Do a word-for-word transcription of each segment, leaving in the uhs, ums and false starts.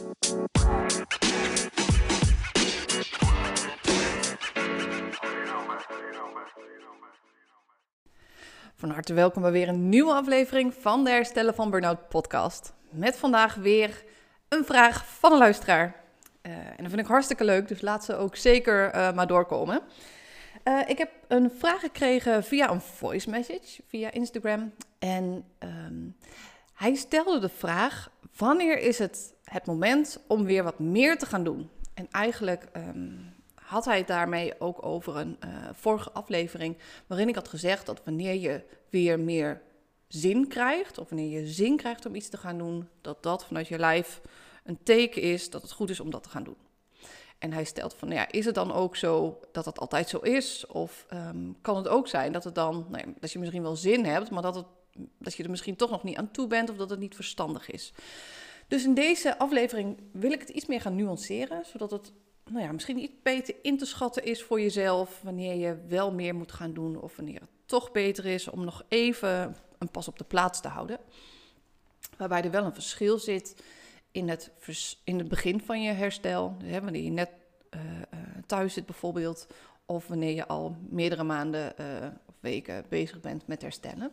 Van harte welkom bij weer een nieuwe aflevering van de Herstellen van Burnout podcast. Met vandaag weer een vraag van een luisteraar. Uh, en dat vind ik hartstikke leuk, dus laat ze ook zeker uh, maar doorkomen. Uh, ik heb een vraag gekregen via een voice message, via Instagram. En um, hij stelde de vraag, wanneer is het het moment om weer wat meer te gaan doen? En eigenlijk um, had hij het daarmee ook over een uh, vorige aflevering, waarin ik had gezegd dat wanneer je weer meer zin krijgt, of wanneer je zin krijgt om iets te gaan doen, dat dat vanuit je lijf een teken is dat het goed is om dat te gaan doen. En hij stelt van, nou ja, is het dan ook zo dat dat altijd zo is? Of um, kan het ook zijn dat het dan, nou ja, dat je misschien wel zin hebt, maar dat, het, dat je er misschien toch nog niet aan toe bent of dat het niet verstandig is. Dus in deze aflevering wil ik het iets meer gaan nuanceren, zodat het nou ja, misschien iets beter in te schatten is voor jezelf wanneer je wel meer moet gaan doen of wanneer het toch beter is om nog even een pas op de plaats te houden. Waarbij er wel een verschil zit in het, vers, in het begin van je herstel, hè, wanneer je net uh, uh, thuis zit bijvoorbeeld, of wanneer je al meerdere maanden uh, of weken bezig bent met herstellen.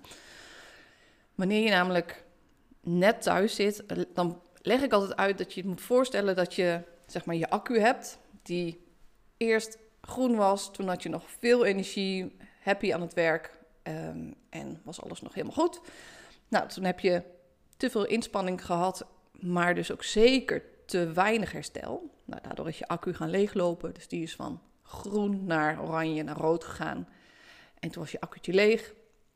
Wanneer je namelijk net thuis zit, dan leg ik altijd uit dat je het moet voorstellen dat je zeg maar je accu hebt, die eerst groen was, toen had je nog veel energie, happy aan het werk um, en was alles nog helemaal goed. Nou, toen heb je te veel inspanning gehad, maar dus ook zeker te weinig herstel. Nou, daardoor is je accu gaan leeglopen, dus die is van groen naar oranje naar rood gegaan. En toen was je accu'tje leeg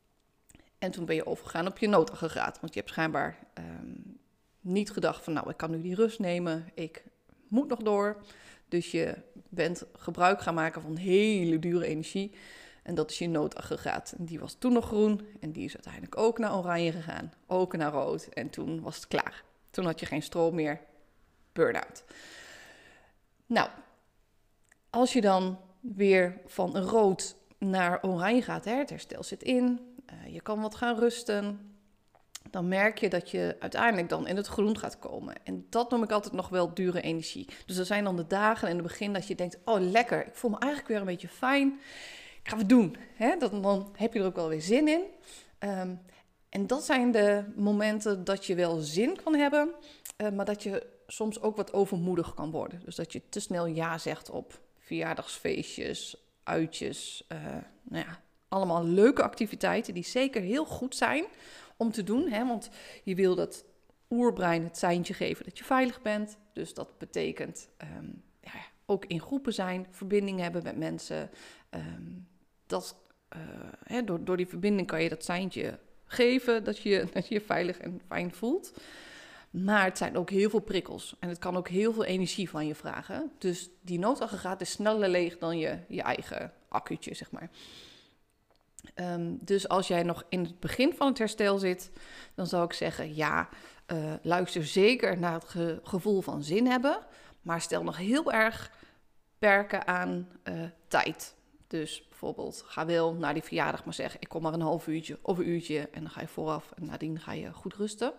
en toen ben je overgegaan op je noodaggregaat, want je hebt schijnbaar um, niet gedacht van nou, ik kan nu die rust nemen, ik moet nog door. Dus je bent gebruik gaan maken van hele dure energie. En dat is je noodaggregaat. En die was toen nog groen. En die is uiteindelijk ook naar oranje gegaan. Ook naar rood. En toen was het klaar. Toen had je geen stroom meer. Burn-out. Nou, als je dan weer van rood naar oranje gaat. Hè, het herstel zit in. Uh, je kan wat gaan rusten. Dan merk je dat je uiteindelijk dan in het groen gaat komen. En dat noem ik altijd nog wel dure energie. Dus er zijn dan de dagen in het begin dat je denkt, oh lekker, ik voel me eigenlijk weer een beetje fijn. Ik ga het doen. Hè? Dat, dan heb je er ook wel weer zin in. Um, en dat zijn de momenten dat je wel zin kan hebben, uh, maar dat je soms ook wat overmoedig kan worden. Dus dat je te snel ja zegt op verjaardagsfeestjes, uitjes. Uh, nou ja, allemaal leuke activiteiten die zeker heel goed zijn om te doen, hè? Want je wil dat oerbrein het seintje geven dat je veilig bent. Dus dat betekent um, ja, ook in groepen zijn, verbinding hebben met mensen. Um, dat, uh, hè, door, door die verbinding kan je dat seintje geven dat je, dat je je veilig en fijn voelt. Maar het zijn ook heel veel prikkels en het kan ook heel veel energie van je vragen. Dus die noodaggregaat is sneller leeg dan je, je eigen accu'tje, zeg maar. Um, dus als jij nog in het begin van het herstel zit, dan zou ik zeggen, ja, uh, luister zeker naar het ge- gevoel van zin hebben, maar stel nog heel erg perken aan uh, tijd. Dus bijvoorbeeld, ga wel naar die verjaardag, maar zeg, ik kom maar een half uurtje of een uurtje en dan ga je vooraf en nadien ga je goed rusten.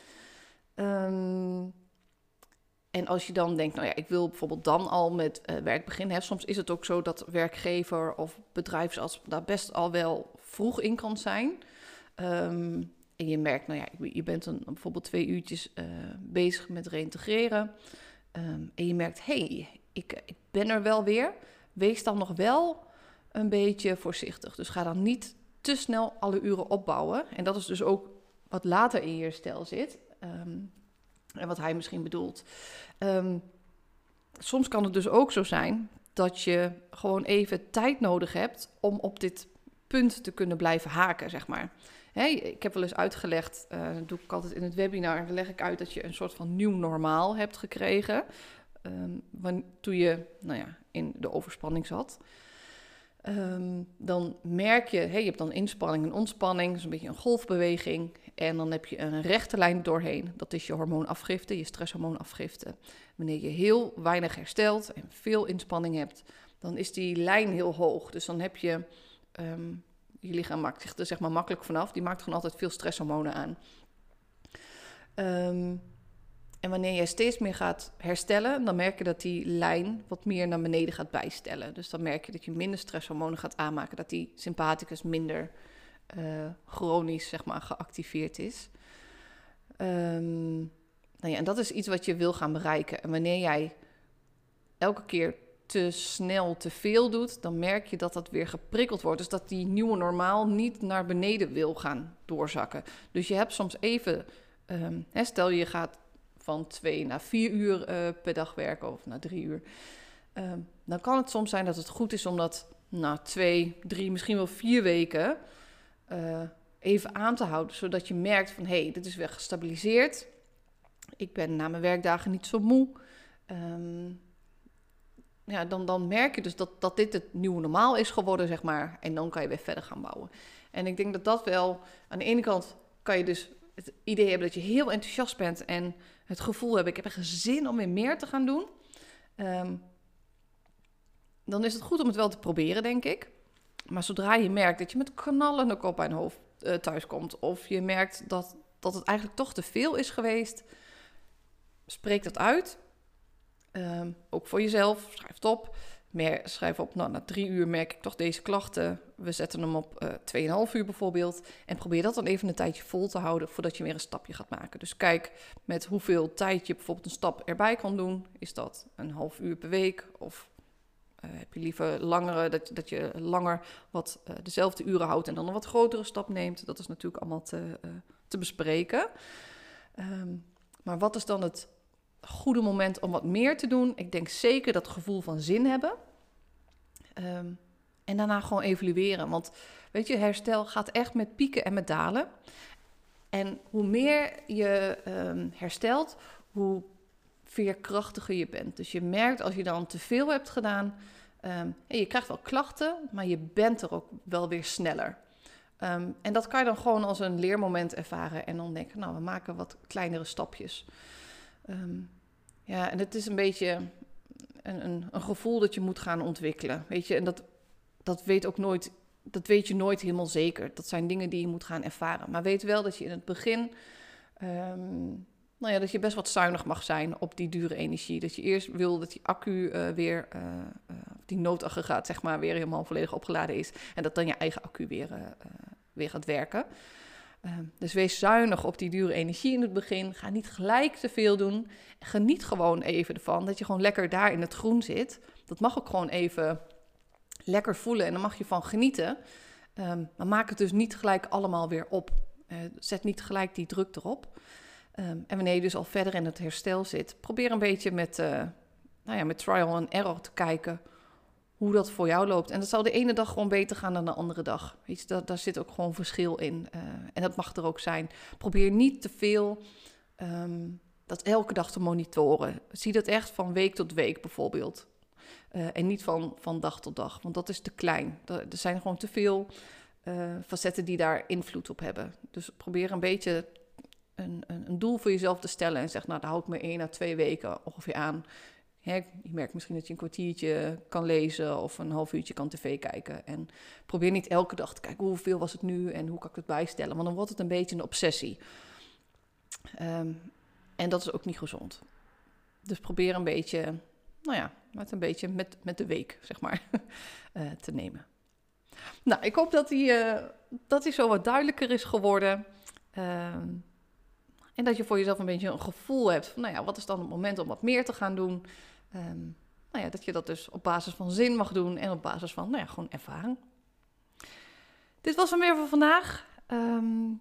Um, En als je dan denkt, nou ja, ik wil bijvoorbeeld dan al met uh, werk beginnen. Hè. Soms is het ook zo dat werkgever of bedrijfsarts daar best al wel vroeg in kan zijn. Um, en je merkt, nou ja, je bent een, bijvoorbeeld twee uurtjes uh, bezig met reïntegreren. Um, en je merkt, hé, hey, ik, ik ben er wel weer. Wees dan nog wel een beetje voorzichtig. Dus ga dan niet te snel alle uren opbouwen. En dat is dus ook wat later in je herstel zit. Um, En wat hij misschien bedoelt. Um, soms kan het dus ook zo zijn dat je gewoon even tijd nodig hebt om op dit punt te kunnen blijven haken, zeg maar. Hey, ik heb wel eens uitgelegd, uh, dat doe ik altijd in het webinar, dan leg ik uit dat je een soort van nieuw normaal hebt gekregen. Um, wanneer, toen je nou ja, in de overspanning zat. Um, dan merk je, hey, je hebt dan inspanning en ontspanning, dat is een beetje een golfbeweging. En dan heb je een rechte lijn doorheen. Dat is je hormoonafgifte, je stresshormoonafgifte. Wanneer je heel weinig herstelt en veel inspanning hebt, dan is die lijn heel hoog. Dus dan heb je, um, je lichaam maakt zich er zeg maar makkelijk vanaf. Die maakt gewoon altijd veel stresshormonen aan. Um, en wanneer je steeds meer gaat herstellen, dan merk je dat die lijn wat meer naar beneden gaat bijstellen. Dus dan merk je dat je minder stresshormonen gaat aanmaken, dat die sympathicus minder uh, chronisch, zeg maar, geactiveerd is. Um, nou ja, en dat is iets wat je wil gaan bereiken. En wanneer jij elke keer te snel te veel doet, dan merk je dat dat weer geprikkeld wordt. Dus dat die nieuwe normaal niet naar beneden wil gaan doorzakken. Dus je hebt soms even, um, hè, stel je gaat van twee naar vier uur uh, per dag werken of naar drie uur. Um, dan kan het soms zijn dat het goed is om dat na twee, drie, misschien wel vier weken uh, even aan te houden. Zodat je merkt van, hé, hey, dit is weer gestabiliseerd. Ik ben na mijn werkdagen niet zo moe. Um, ja, dan, dan merk je dus dat, dat dit het nieuwe normaal is geworden, zeg maar. En dan kan je weer verder gaan bouwen. En ik denk dat dat wel, aan de ene kant kan je dus het idee hebben dat je heel enthousiast bent en het gevoel hebben, ik heb echt zin om weer meer te gaan doen. Um, dan is het goed om het wel te proberen, denk ik. Maar zodra je merkt dat je met knallende kop aan hoofd uh, thuiskomt, of je merkt dat, dat het eigenlijk toch te veel is geweest, spreek dat uit. Um, ook voor jezelf, schrijf het op. Meer, schrijf op, nou, na drie uur merk ik toch deze klachten. We zetten hem op uh, tweeënhalf uur bijvoorbeeld. En probeer dat dan even een tijdje vol te houden voordat je weer een stapje gaat maken. Dus kijk met hoeveel tijd je bijvoorbeeld een stap erbij kan doen. Is dat een half uur per week? Of uh, heb je liever langere, dat, dat je langer wat uh, dezelfde uren houdt en dan een wat grotere stap neemt? Dat is natuurlijk allemaal te, uh, te bespreken. Um, maar wat is dan het goede moment om wat meer te doen? Ik denk zeker dat gevoel van zin hebben. Um, en daarna gewoon evalueren. Want weet je, herstel gaat echt met pieken en met dalen. En hoe meer je um, herstelt, hoe veerkrachtiger je bent. Dus je merkt als je dan te veel hebt gedaan, um, je krijgt wel klachten, maar je bent er ook wel weer sneller. Um, en dat kan je dan gewoon als een leermoment ervaren en dan denken, nou, we maken wat kleinere stapjes. Um, ja, en het is een beetje een, een, een gevoel dat je moet gaan ontwikkelen, weet je. En dat, dat weet ook nooit, dat weet je nooit helemaal zeker. Dat zijn dingen die je moet gaan ervaren. Maar weet wel dat je in het begin, um, nou ja, dat je best wat zuinig mag zijn op die dure energie. Dat je eerst wil dat die accu uh, weer, uh, uh, die noodaggregaat, zeg maar, weer helemaal volledig opgeladen is. En dat dan je eigen accu weer, uh, uh, weer gaat werken. Uh, dus wees zuinig op die dure energie in het begin. Ga niet gelijk te veel doen. Geniet gewoon even ervan dat je gewoon lekker daar in het groen zit. Dat mag ook gewoon even lekker voelen en daar mag je van genieten. Um, maar maak het dus niet gelijk allemaal weer op. Uh, zet niet gelijk die druk erop. Um, en wanneer je dus al verder in het herstel zit, probeer een beetje met, uh, nou ja, met trial and error te kijken hoe dat voor jou loopt. En dat zal de ene dag gewoon beter gaan dan de andere dag. Weet je, dat, daar zit ook gewoon verschil in. Uh, en dat mag er ook zijn. Probeer niet te veel um, dat elke dag te monitoren. Zie dat echt van week tot week bijvoorbeeld. Uh, en niet van, van dag tot dag, want dat is te klein. Er, er zijn gewoon te veel uh, facetten die daar invloed op hebben. Dus probeer een beetje een, een, een doel voor jezelf te stellen en zeg, nou, daar hou ik me één à twee weken ongeveer aan. Hè, je merkt misschien dat je een kwartiertje kan lezen of een half uurtje kan tv kijken. En probeer niet elke dag te kijken hoeveel was het nu en hoe kan ik het bijstellen. Want dan wordt het een beetje een obsessie. Um, en dat is ook niet gezond. Dus probeer een beetje, nou ja, met een beetje met, met de week, zeg maar, uh, te nemen. Nou, ik hoop dat die, uh, dat die zo wat duidelijker is geworden. Um, en dat je voor jezelf een beetje een gevoel hebt van, nou ja, wat is dan het moment om wat meer te gaan doen? Um, nou ja, dat je dat dus op basis van zin mag doen en op basis van, nou ja, gewoon ervaring. Dit was hem weer voor vandaag. Um,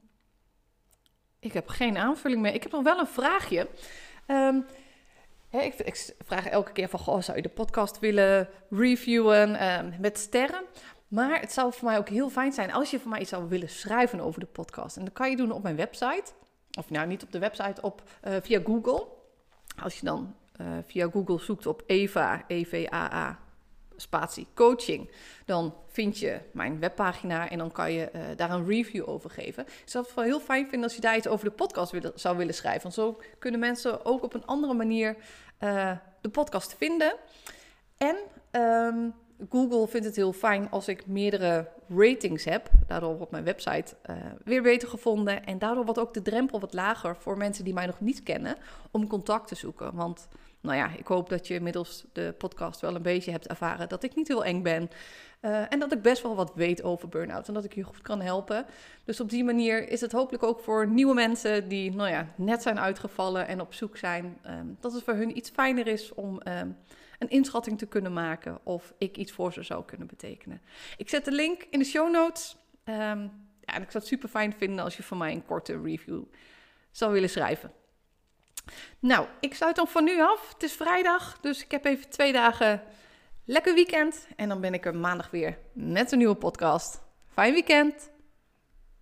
ik heb geen aanvulling meer. Ik heb nog wel een vraagje. Um, hè, ik, ik vraag elke keer van, goh, zou je de podcast willen reviewen um, met sterren? Maar het zou voor mij ook heel fijn zijn als je voor mij iets zou willen schrijven over de podcast. En dat kan je doen op mijn website. Of nou, niet op de website, op, uh, via Google. Als je dan uh, via Google zoekt op Eva, E V A A, spatie, coaching, dan vind je mijn webpagina en dan kan je uh, daar een review over geven. Ik zou het wel heel fijn vinden als je daar iets over de podcast willen, zou willen schrijven. Want zo kunnen mensen ook op een andere manier uh, de podcast vinden. En um, Google vindt het heel fijn als ik meerdere ratings heb. Daardoor wordt mijn website uh, weer beter gevonden. En daardoor wordt ook de drempel wat lager voor mensen die mij nog niet kennen om contact te zoeken. Want nou ja, ik hoop dat je inmiddels de podcast wel een beetje hebt ervaren dat ik niet heel eng ben. Uh, en dat ik best wel wat weet over burn-out en dat ik je goed kan helpen. Dus op die manier is het hopelijk ook voor nieuwe mensen die nou ja, net zijn uitgevallen en op zoek zijn. Um, dat het voor hun iets fijner is om um, een inschatting te kunnen maken of ik iets voor ze zou kunnen betekenen. Ik zet de link in de show notes. Um, ja, en ik zou het super fijn vinden als je van mij een korte review zou willen schrijven. Nou, ik sluit dan van nu af. Het is vrijdag, dus ik heb even twee dagen lekker weekend. En dan ben ik er maandag weer met een nieuwe podcast. Fijn weekend!